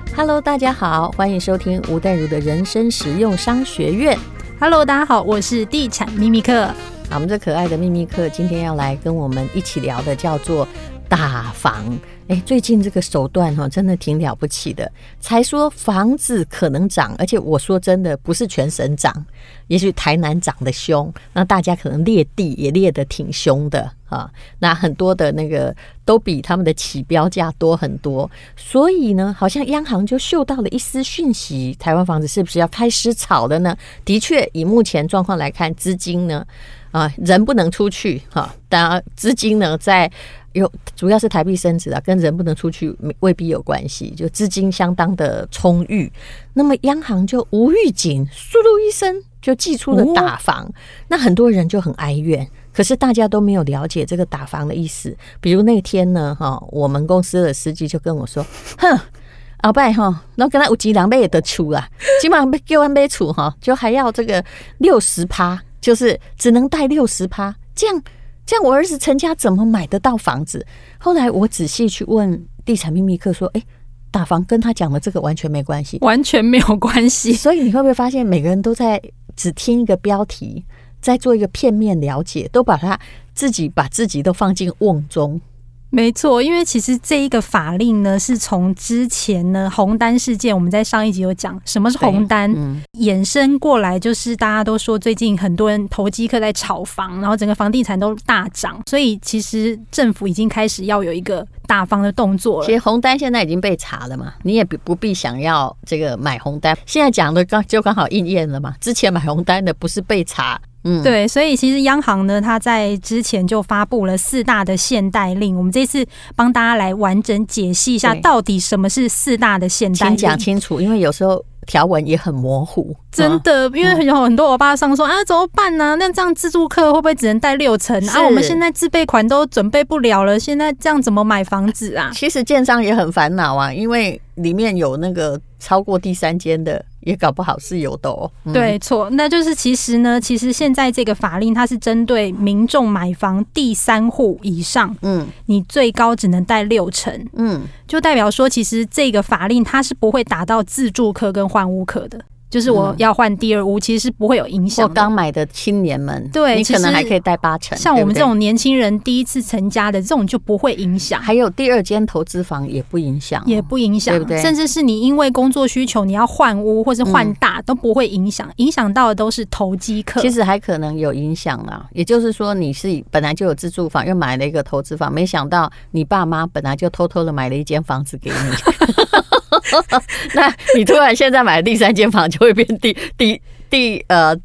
Hello， 大家好，欢迎收听吴淡如的人生实用商学院。 Hello， 大家好，我是地产秘密客。 我们这可爱的秘密客今天要来跟我们一起聊的叫做打房。最近这个手段真的挺了不起的，才说房子可能涨，而且我说真的不是全省涨，也许台南涨得凶，那大家可能裂地也裂得挺凶的那很多的那个都比他们的起标价多很多，所以呢好像央行就嗅到了一丝讯息，台湾房子是不是要开始炒了呢？的确以目前状况来看，资金呢人不能出去当然资金呢主要是台币升值跟人不能出去未必有关系，就资金相当的充裕，那么央行就无预警嗖噜一声就祭出了打房那很多人就很哀怨，可是大家都没有了解这个打房的意思。比如那天呢我们公司的司机就跟我说，后摆那跟他有钱人买得厝啦，基本上叫我买厝就还要这个 60%， 就是只能贷 60%， 这样我儿子成家怎么买得到房子？后来我仔细去问地产秘密客说，打房跟他讲的这个完全没关系， 完全没有关系。 所以你会不会发现每个人都在只听一个标题，在做一个片面了解，都把自己都放进瓮中。 没错，因为其实这一个法令呢，是从之前呢红单事件，我们在上一集有讲什么是红单，衍生过来就是大家都说最近很多人投机客在炒房，然后整个房地产都大涨，所以其实政府已经开始要有一个打房的动作了。 其实红单现在已经被查了嘛，你也不必想要这个买红单，现在讲的就刚好应验了嘛，之前买红单的不是被查。 对，所以其实央行呢，它在之前就发布了4大的限贷令。我们这次帮大家来完整解析一下，到底什么是4大的限贷令，请讲清楚，因为有时候条文也很模糊。 真的，因为有很多欧巴桑说怎么办呢？那这样自住客会不会只能贷60%我们现在自备款都准备不了了，现在这样怎么买房子啊？ 其实建商也很烦恼因为里面有那个超过第3间的，也搞不好是有的对，错，那就是其实现在这个法令它是针对民众买房第3户以上，你最高只能贷60%，就代表说其实这个法令它是不会打到自住客跟换屋客的。就是我要换第2屋，其实是不会有影响的。 或刚买的青年们， 对， 你可能还可以贷80%。 像我们这种年轻人第一次成家的这种就不会影响。 还有第2间投资房也不影响， 也不影响， 对不对？ 甚至是你因为工作需求你要换屋或是换大都不会影响，影响到的都是投机客。 其实还可能有影响啦，也就是说你是本来就有自住房，又买了一个投资房，没想到你爸妈本来就偷偷的买了一间房子给你。那你突然现在买的第3间房就会变第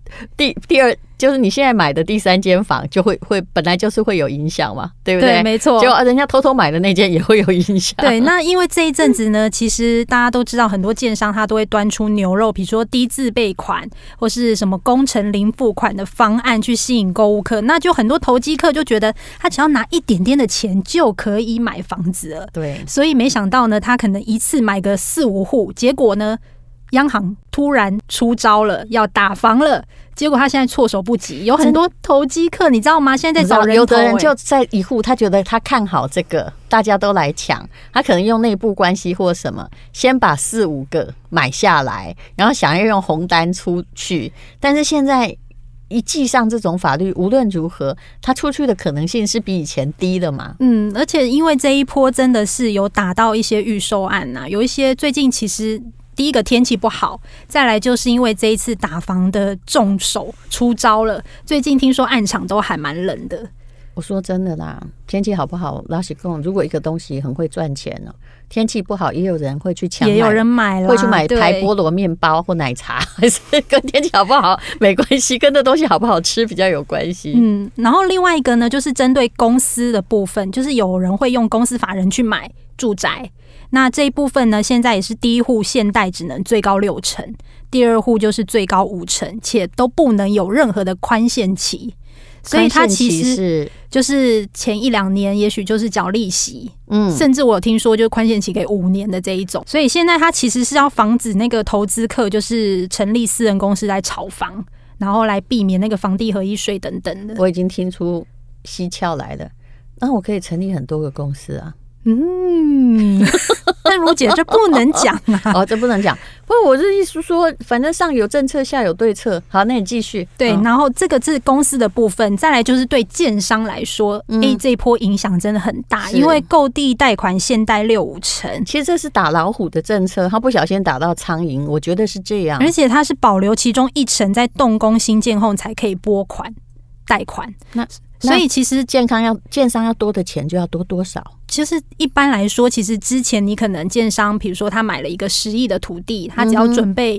2，就是你现在买的第3间房就会本来就是会有影响嘛，对不对？ 对，没错。 就人家偷偷买的那间也会有影响。 对，那因为这一阵子呢，其实大家都知道很多建商他都会端出牛肉，比如说低自备款或是什么工程零付款的方案去吸引购物客，那就很多投机客就觉得他只要拿一点点的钱就可以买房子了。 对， 所以没想到呢，他可能一次买个4、5户，结果呢央行突然出招了，要打房了，结果他现在措手不及，有很多投机客你知道吗？现在在找人头， 有的人就在一户，他觉得他看好这个，大家都来抢，他可能用内部关系或什么，先把4、5个买下来，然后想要用红单出去，但是现在一记上这种法律，无论如何他出去的可能性是比以前低的嘛。 而且因为这一波真的是有打到一些预售案有一些最近其实第一个天气不好，再来就是因为这一次打房的重手出招了，最近听说暗场都还蛮冷的。 我说真的啦，天气好不好老实讲，如果一个东西很会赚钱天气不好也有人会去抢买， 也有人买啦， 会去买排菠萝面包或奶茶，还是跟天气好不好没关系，跟这东西好不好吃比较有关系。 然后另外一个呢，就是针对公司的部分，就是有人会用公司法人去买住宅，那这一部分呢，现在也是第1户限贷只能最高60%，第2户就是最高50%，且都不能有任何的宽限期。所以它其实就是前1、2年也许就是缴利息，甚至我有听说就是宽限期给5年的这一种。所以现在它其实是要防止那个投资客就是成立私人公司来炒房，然后来避免那个房地合一税等等的。 我已经听出蹊跷来了，那我可以成立很多个公司啊。 但如姐这不能讲啊。 哦，这不能讲。不过我的意思说，反正上有政策，下有对策。好，那你继续。 对，然后这个是公司的部分，再来就是对建商来说，这一波影响真的很大，因为购地贷款限贷6-5成， 其实这是打老虎的政策，他不小心打到苍蝇，我觉得是这样。 而且它是保留其中1成在动工新建后才可以拨款贷款。所以其实建商要多的钱就要多多少？ 就是一般来说，其实之前你可能建商，比如说他买了一个10亿的土地，他只要准备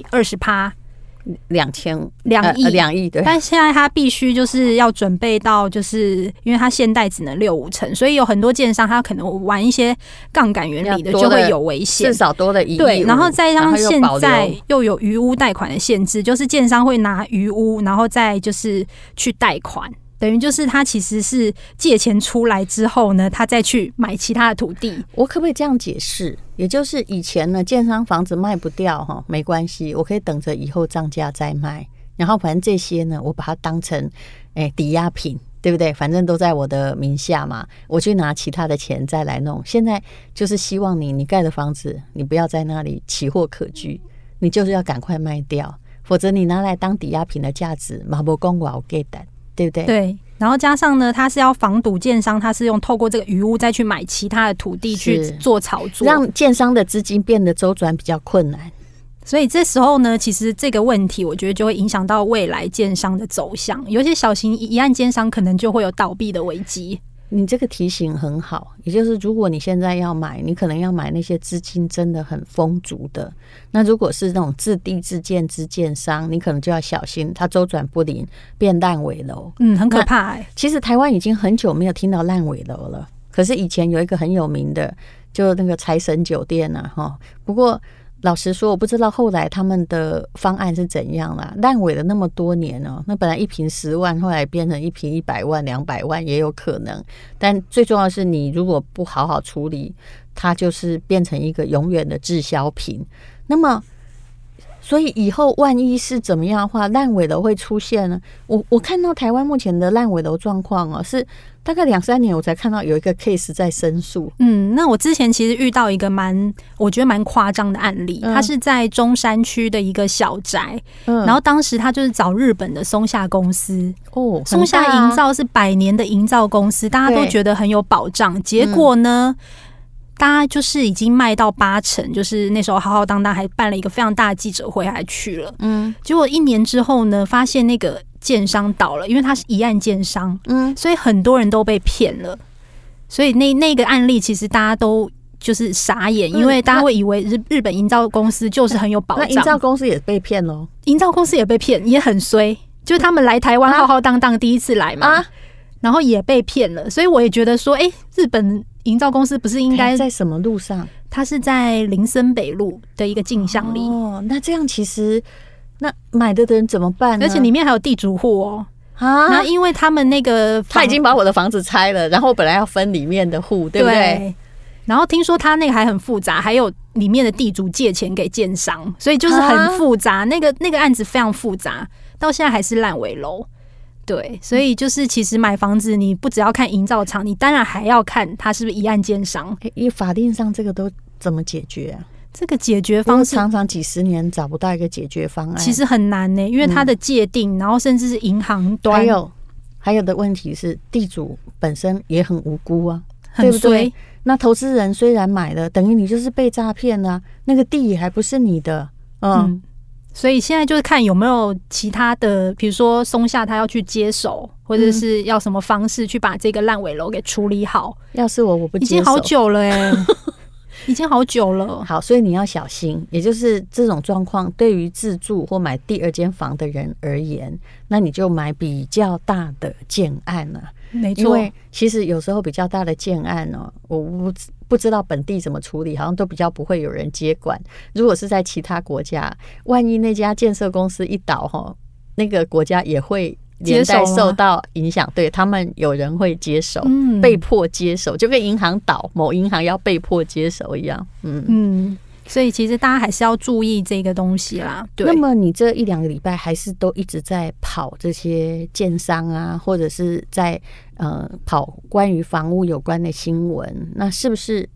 20%。2亿对， 但现在他必须就是要准备到，就是因为他现贷只能6-5成，所以有很多建商他可能玩一些杠杆原理的，就会有危险， 至少多了1亿。 对，然后再加上现在又有余屋贷款的限制，就是建商会拿余屋，然后再就是去贷款。等于就是他其实是借钱出来之后呢，他再去买其他的土地。我可不可以这样解释？也就是以前呢，建商房子卖不掉没关系，我可以等着以后涨价再卖。然后反正这些呢，我把它当成抵押品，对不对？反正都在我的名下嘛，我去拿其他的钱再来弄。现在就是希望你盖的房子，你不要在那里奇货可居，你就是要赶快卖掉，否则你拿来当抵押品的价值，嘛不讲我有价值。对不对？ 对，然后加上呢，他是要防堵建商，他是用透过这个余屋再去买其他的土地去做炒作， 让建商的资金变得周转比较困难。 所以这时候呢，其实这个问题，我觉得就会影响到未来建商的走向。有些小型一案建商可能就会有倒闭的危机。 你这个提醒很好，也就是如果你现在要买，你可能要买那些资金真的很丰足的。那如果是那种自地自建之建商，你可能就要小心，它周转不灵，变烂尾楼。 很可怕其实台湾已经很久没有听到烂尾楼了，可是以前有一个很有名的，就那个财神酒店啊，不过老实说，我不知道后来他们的方案是怎样啦。烂尾了那么多年那本来一坪10万，后来变成一坪100万、200万也有可能。但最重要的是，你如果不好好处理，它就是变成一个永远的滞销品。那么，所以以后万一是怎么样的话，烂尾楼会出现呢？我看到台湾目前的烂尾楼状况是大概2-3年我才看到有一个 case 在申诉。 那我之前其实遇到一个我觉得蛮夸张的案例，它是在中山区的一个小宅，然后当时他就是找日本的松下公司，松下营造是100年的营造公司，大家都觉得很有保障，结果呢？大家就是已经卖到8成，就是那时候浩浩荡荡还办了一个非常大的记者会，还去了。结果1年之后呢，发现那个建商倒了，因为他是一案建商，所以很多人都被骗了。所以那个案例其实大家都就是傻眼，因为大家会以为日本营造公司就是很有保障， 那营造公司也被骗咯， 营造公司也被骗，也很衰，就是他们来台湾浩浩荡荡第一次来嘛，然后也被骗了。所以我也觉得说，日本营造公司不是应该在什么路上？ 它是在林森北路的一个镜像里。 那这样其实那买的人怎么办呢？ 而且里面还有地主户那因为他们那个他已经把我的房子拆了，然后本来要分里面的户，对不对？ 然后听说他那个还很复杂，还有里面的地主借钱给建商，所以就是很复杂。那个案子非常复杂，到现在还是烂尾楼。对，所以就是其实买房子，你不只要看营造厂，你当然还要看它是不是一案建商。 法定上这个都怎么解决啊？ 这个解决方式常常几十年找不到一个解决方案， 其实很难呢，因为它的界定，然后甚至是银行端， 还有的问题是地主本身也很无辜啊， 对不对？ 那投资人虽然买了，等于你就是被诈骗啊，那个地也还不是你的， 所以现在就是看有没有其他的，比如说松下他要去接手，或者是要什么方式去把这个烂尾楼给处理好。 要是我不接手， 已经好久了已经好久了。 好，所以你要小心，也就是这种状况对于自住或买第二间房的人而言，那你就买比较大的建案啊。 没错， 因为其实有时候比较大的建案我不知道本地怎么处理，好像都比较不会有人接管。如果是在其他国家，万一那家建设公司一倒那个国家也会连带受到影响，对，他们有人会接手，被迫接手，就跟银行倒，某银行要被迫接手一样。 所以其实大家还是要注意这个东西啦。对， 那么你这1-2个礼拜还是都一直在跑这些建商啊，或者是在跑关于房屋有关的新闻，那是不是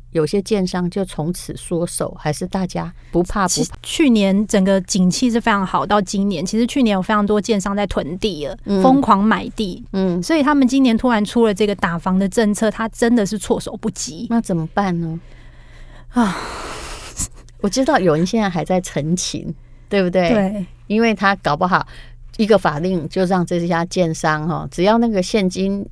有些建商就从此缩手，还是大家不怕？ 去年整个景气是非常好，到今年其实去年有非常多建商在囤地了，疯狂买地，所以他们今年突然出了这个打房的政策，他真的是措手不及。 那怎么办呢？我知道有人现在还在陈情，对不对？ 对， 因为他搞不好一个法令就让这家建商只要那个现金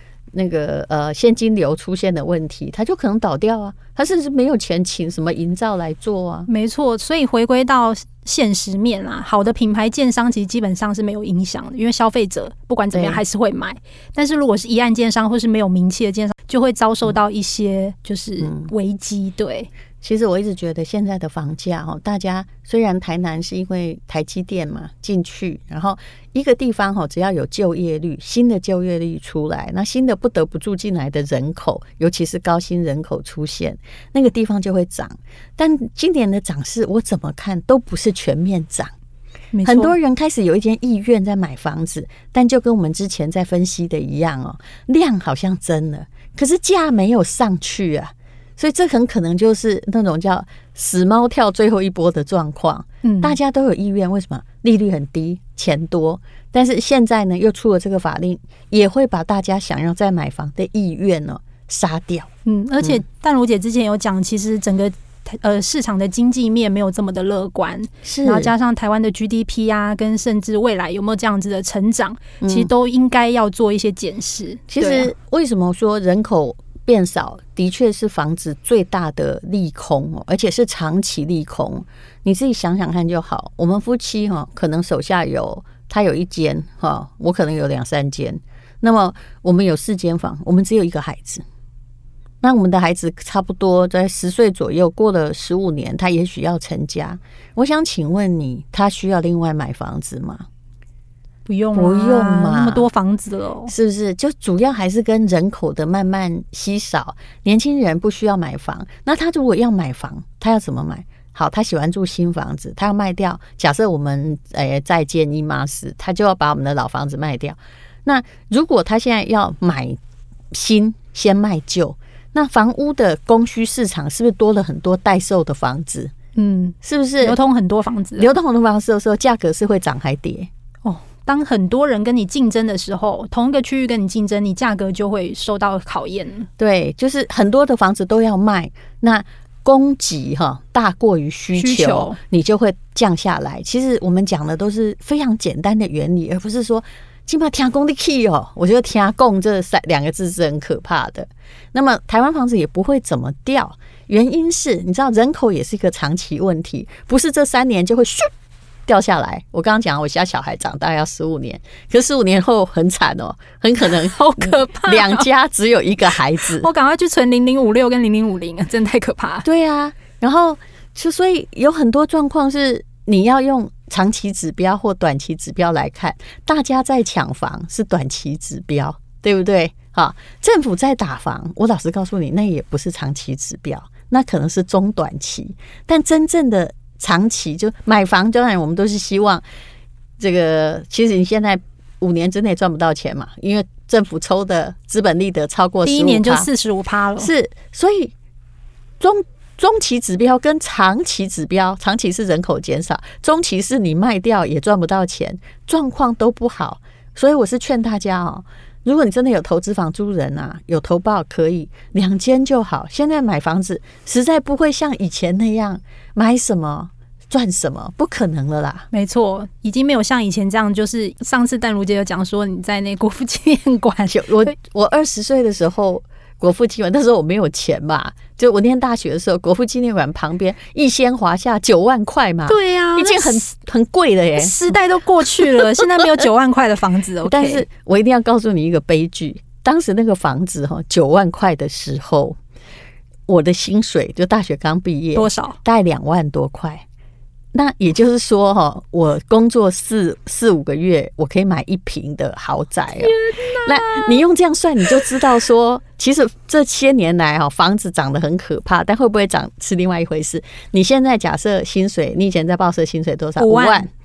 流出现的问题，他就可能倒掉啊。他甚至没有钱请什么营造来做啊。 没错，所以回归到现实面啦，好的品牌建商其实基本上是没有影响的，因为消费者不管怎么样还是会买。但是如果是一案建商或是没有名气的建商，就会遭受到一些就是危机。对。 其实我一直觉得现在的房价大家虽然台南是因为台积电嘛进去，然后一个地方只要有就业率，新的就业率出来，那新的不得不住进来的人口，尤其是高薪人口出现，那个地方就会涨。但今年的涨势我怎么看都不是全面涨，很多人开始有一点意愿在买房子，但就跟我们之前在分析的一样量好像增了，可是价没有上去啊。所以这很可能就是那种叫死猫跳最后一波的状况。大家都有意愿，为什么？利率很低，钱多，但是现在呢又出了这个法令，也会把大家想要再买房的意愿杀掉。 而且淡如姐之前有讲，其实整个市场的经济面没有这么的乐观，是，然后加上台湾的 GDP 啊，跟甚至未来有没有这样子的成长，其实都应该要做一些检视。 其实为什么说人口变少的确是房子最大的利空，而且是长期利空。你自己想想看就好，我们夫妻可能手下他有1间，我可能有2-3间，那么我们有4间房，我们只有1个孩子，那我们的孩子差不多在10岁左右，过了15年他也许要成家。我想请问你，他需要另外买房子吗？ 不用嘛，那么多房子了， 是不是？就主要还是跟人口的慢慢稀少，年轻人不需要买房。那他如果要买房，他要怎么买？好，他喜欢住新房子，他要卖掉。假设我们再建一码事，他就要把我们的老房子卖掉。那如果他现在要买新，先卖旧，那房屋的供需市场是不是多了很多待售的房子？是不是流通很多房子？ 流通很多房子的时候，价格是会涨还跌？ 当很多人跟你竞争的时候，同一个区域跟你竞争，你价格就会受到考验。对， 就是很多的房子都要卖，那供给大过于需求，你就会降下来。其实我们讲的都是非常简单的原理，而不是说今嘛听公的 key 我觉得听供这2个字是很可怕的。那么台湾房子也不会怎么掉，原因是你知道人口也是一个长期问题，不是这3年就会咻掉下来。我刚刚讲我家小孩长大要15年，可是15年后很惨很可能好可怕 2家只有1个孩子。 我赶快去存0056跟0050真的太可怕。 对啊，然后所以有很多状况是你要用长期指标或短期指标来看，大家在抢房是短期指标，对不对？政府在打房，我老实告诉你，那也不是长期指标，那可能是中短期。但真正的长期就买房，当然我们都是希望这个，其实你现在5年之内赚不到钱嘛，因为政府抽的资本利得超过 15%， 第一年就 45% 了。 是，所以中期指标跟长期指标，长期是人口减少，中期是你卖掉也赚不到钱，状况都不好。所以我是劝大家如果你真的有投资房租人有投报可以2间就好。现在买房子实在不会像以前那样买什么赚什么，不可能了啦。 没错，已经没有像以前这样，就是上次淡如姐有讲说你在那国父纪念馆， 我20岁的时候国父纪念馆，那时候我没有钱嘛，就我念大学的时候，国父纪念馆旁边逸仙华夏9万块嘛， 对啊， 一件很贵的耶， 时代都过去了，现在没有9万块的房子。OK， 但是我一定要告诉你一个悲剧，当时那个房子9万块的时候，我的薪水就大学刚毕业多少？ 大概2万多块。那也就是说我工作4-5个月，我可以买1坪的豪宅那你用这样算，你就知道说，其实这些年来房子涨得很可怕，但会不会涨是另外一回事。你现在假设薪水，你以前在报社薪水多少？5万，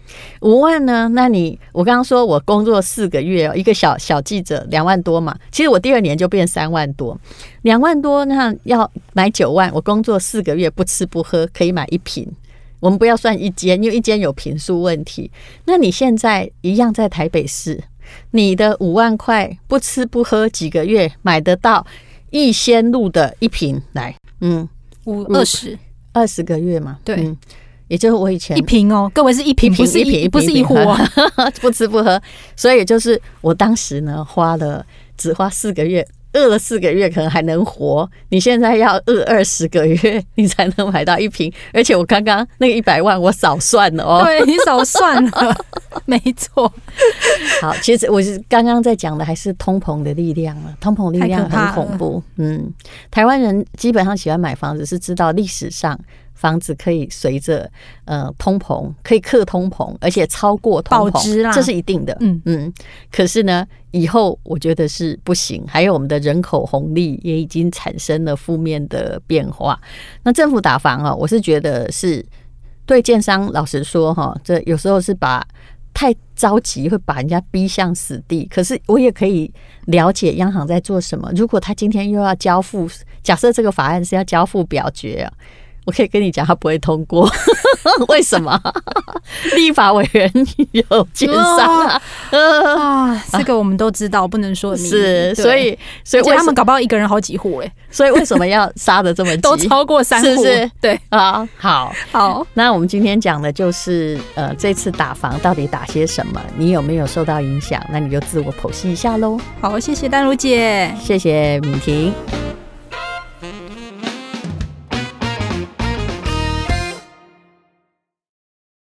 5万呢？那我刚刚说我工作4个月，一个小记者2万多嘛，其实我第2年就变3万多，2万多那要买9万，我工作4个月不吃不喝可以买1坪。我们不要算一间，因为一间有坪数问题。那你现在一样在台北市，你的5万块不吃不喝几个月买得到逸仙路的1坪来，20个月嘛， 对。 也就是我以前 1坪哦，各位是1坪，不是1户哦， 不吃不喝，所以就是我当时呢只花4个月，饿了4个月可能还能活，你现在要饿20个月你才能买到1坪，而且我刚刚那个100万我少算了哦， 对，你少算了，没错。 好，其实我是刚刚在讲的还是通膨的力量了，通膨力量很恐怖。台湾人基本上喜欢买房子，是知道历史上房子可以随着通膨，可以克通膨，而且超过通膨， 保值啦， 这是一定的。可是呢，以后我觉得是不行。还有我们的人口红利也已经产生了负面的变化。那政府打房我是觉得是对建商，老实说这有时候是太着急会把人家逼向死地。可是我也可以了解央行在做什么。如果他今天又要交付，假设这个法案是要交付表决我可以跟你讲，他不会通过。为什么？立法委员有建商这个我们都知道，不能说的秘密。 是，所以而且他们搞不好一个人好几户所以为什么要杀得这么急？ 都超过3户， 是不是？ 对啊，好。那我们今天讲的就是这次打房到底打些什么？你有没有受到影响？那你就自我剖析一下喽。 好，谢谢淡如姐， 谢谢敏婷。